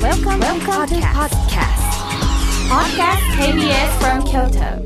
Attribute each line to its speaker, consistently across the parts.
Speaker 1: Welcome to podcast. Podcast KBS from Kyoto.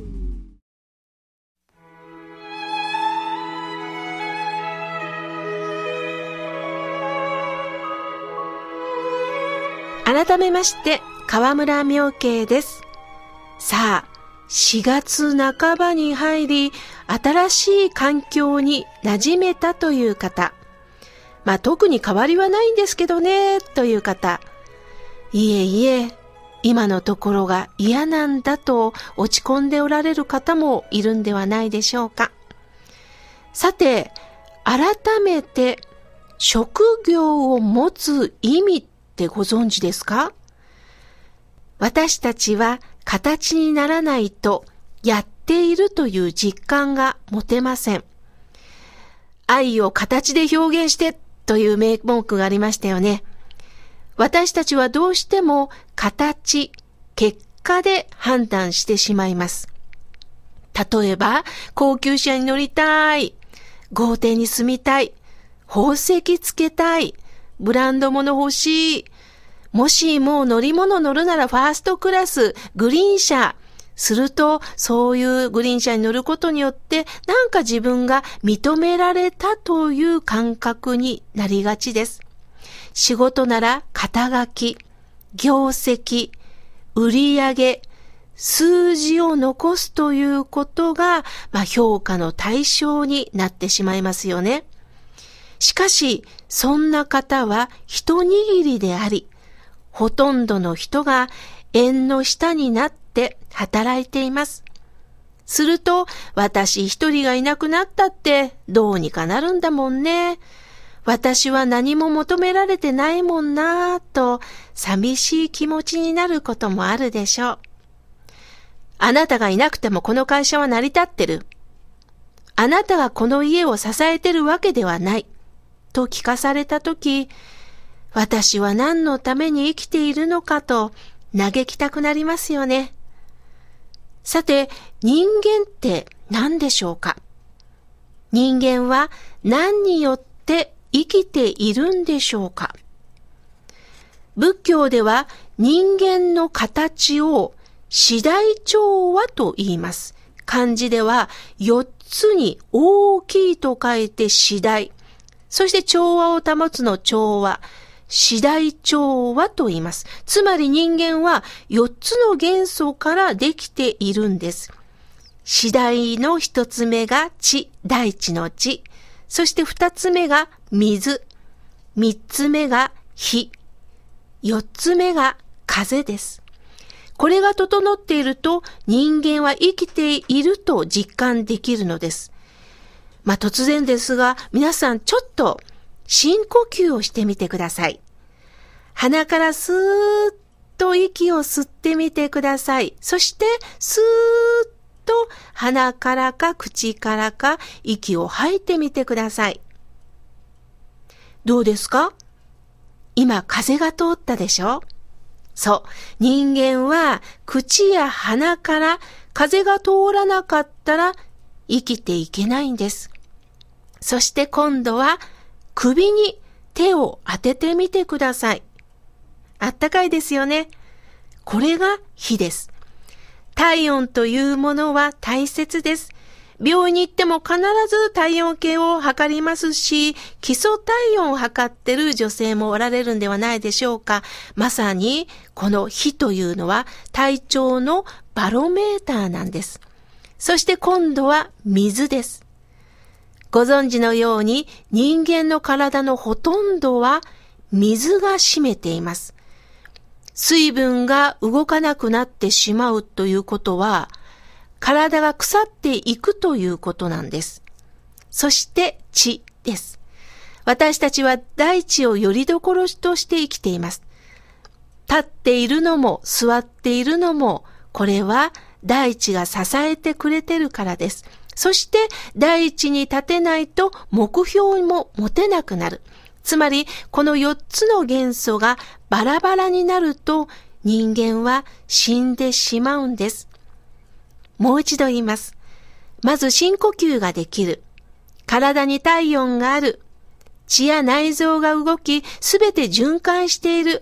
Speaker 2: 改めまして河村妙慶です。さあ、4月半ばに入り、新しい環境に馴染めたという方、特に変わりはないんですけどねという方、いえ今のところが嫌なんだと落ち込んでおられる方もいるんではないでしょうか。さて、改めて職業を持つ意味ってご存知ですか？私たちは形にならないとやっているという実感が持てません。愛を形で表現してという名文句がありましたよね。私たちはどうしても形、結果で判断してしまいます。例えば、高級車に乗りたい、豪邸に住みたい、宝石つけたい、ブランド物欲しい、もしもう乗り物乗るならファーストクラス、グリーン車。すると、そういうグリーン車に乗ることによって、なんか自分が認められたという感覚になりがちです。仕事なら肩書き、業績、売上、数字を残すということが、評価の対象になってしまいますよね。しかし、そんな方は一握りであり、ほとんどの人が縁の下になって働いています。すると、私一人がいなくなったってどうにかなるんだもんね。私は何も求められてないもんなぁと寂しい気持ちになることもあるでしょう。あなたがいなくてもこの会社は成り立ってる。あなたがこの家を支えてるわけではない。と聞かされたとき、私は何のために生きているのかと嘆きたくなりますよね。さて、人間って何でしょうか？人間は何によって生きているんでしょうか？仏教では人間の形を四大調和と言います。漢字では4つに大きいと書いて四大。そして調和を保つの調和。四大調和と言います。つまり人間は4つの元素からできているんです。四大の1つ目が地、大地の地。そして2つ目が水。3つ目が火。4つ目が風です。これが整っていると人間は生きていると実感できるのです。突然ですが、皆さんちょっと深呼吸をしてみてください。鼻からスーッと息を吸ってみてください。そしてスーッと鼻からか口からか息を吐いてみてください。どうですか？今風が通ったでしょ？そう。人間は口や鼻から風が通らなかったら生きていけないんです。そして今度は首に手を当ててみてください。あったかいですよね。これが火です。体温というものは大切です。病院に行っても必ず体温計を測りますし、基礎体温を測ってる女性もおられるんではないでしょうか。まさにこの火というのは体調のバロメーターなんです。そして今度は水です。ご存知のように人間の体のほとんどは水が占めています。水分が動かなくなってしまうということは、体が腐っていくということなんです。そして地です。私たちは大地を拠り所として生きています。立っているのも座っているのも、これは大地が支えてくれてるからです。そして大地に立てないと目標も持てなくなる。つまりこの4つの元素がバラバラになると人間は死んでしまうんです。もう一度言います。まず深呼吸ができる。体に体温がある。血や内臓が動き、すべて循環している。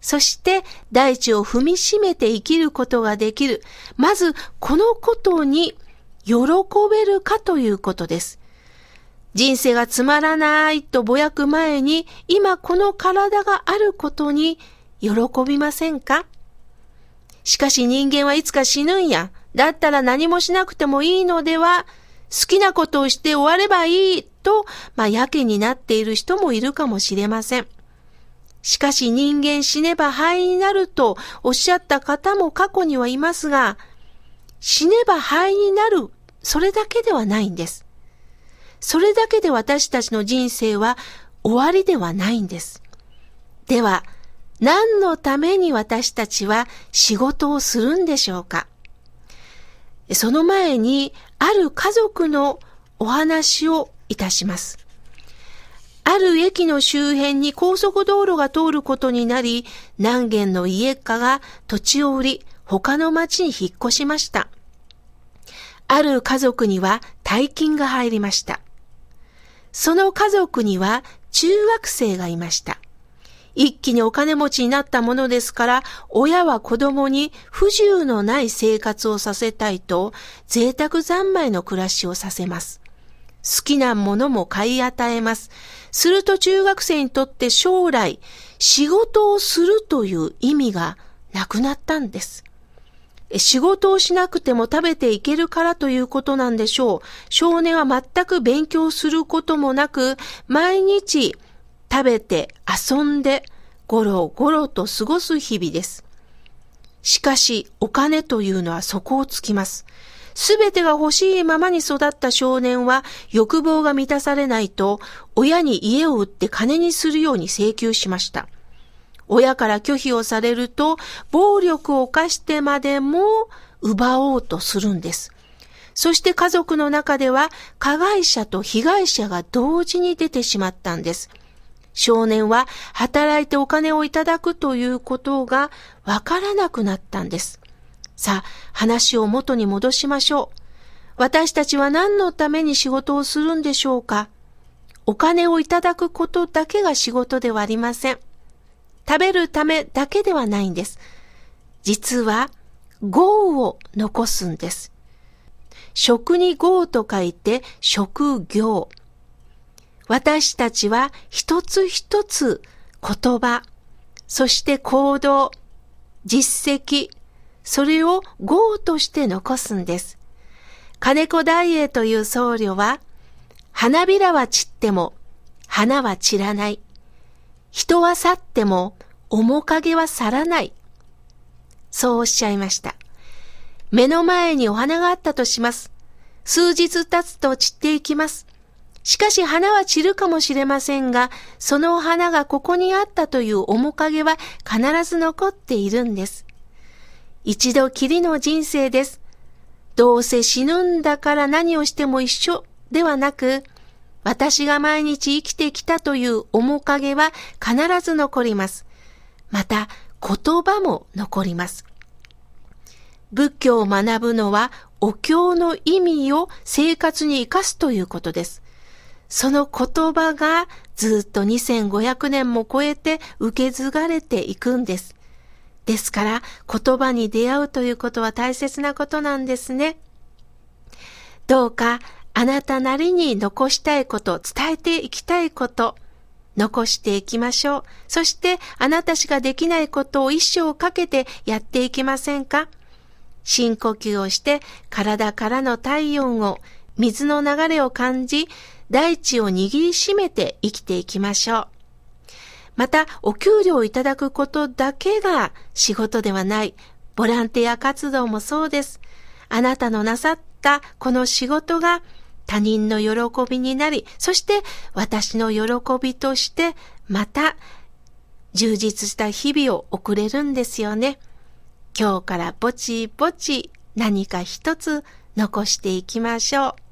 Speaker 2: そして大地を踏みしめて生きることができる。まずこのことに喜べるかということです。人生がつまらないとぼやく前に、今この体があることに喜びませんか？しかし人間はいつか死ぬんや。だったら何もしなくてもいいのでは、好きなことをして終わればいいと、やけになっている人もいるかもしれません。しかし人間死ねば灰になるとおっしゃった方も過去にはいますが、死ねば灰になる、それだけではないんです。それだけで私たちの人生は終わりではないんです。では、何のために私たちは仕事をするんでしょうか？その前に、ある家族のお話をいたします。ある駅の周辺に高速道路が通ることになり、何軒の家家が土地を売り、他の町に引っ越しました。ある家族には大金が入りました。その家族には中学生がいました。一気にお金持ちになったものですから、親は子供に不自由のない生活をさせたいと、贅沢三昧の暮らしをさせます。好きなものも買い与えます。すると中学生にとって将来、仕事をするという意味がなくなったんです。仕事をしなくても食べていけるからということなんでしょう。少年は全く勉強することもなく、毎日食べて遊んでゴロゴロと過ごす日々です。しかしお金というのは底をつきます。すべてが欲しいままに育った少年は欲望が満たされないと親に家を売って金にするように請求しました。親から拒否をされると暴力を犯してまでも奪おうとするんです。そして家族の中では加害者と被害者が同時に出てしまったんです。少年は働いてお金をいただくということがわからなくなったんです。さあ、話を元に戻しましょう。私たちは何のために仕事をするんでしょうか？お金をいただくことだけが仕事ではありません。食べるためだけではないんです。実は、業を残すんです。職に業と書いて職業。私たちは一つ一つ言葉、そして行動、実績、それを業として残すんです。金子大栄という僧侶は、花びらは散っても花は散らない。人は去っても面影は去らない。そうおっしゃいました。目の前にお花があったとします。数日経つと散っていきます。しかし花は散るかもしれませんが、その花がここにあったという面影は必ず残っているんです。一度きりの人生です。どうせ死ぬんだから何をしても一緒ではなく、私が毎日生きてきたという面影は必ず残ります。また言葉も残ります。仏教を学ぶのはお経の意味を生活に生かすということです。その言葉がずっと2500年も超えて受け継がれていくんです。ですから言葉に出会うということは大切なことなんですね。どうかあなたなりに残したいこと、伝えていきたいこと、残していきましょう。そしてあなたしかできないことを一生かけてやっていきませんか？深呼吸をして体からの体温を、水の流れを感じ、大地を握りしめて生きていきましょう。また、お給料をいただくことだけが仕事ではない。ボランティア活動もそうです。あなたのなさったこの仕事が他人の喜びになり、そして私の喜びとしてまた充実した日々を送れるんですよね。今日からぼちぼち何か一つ残していきましょう。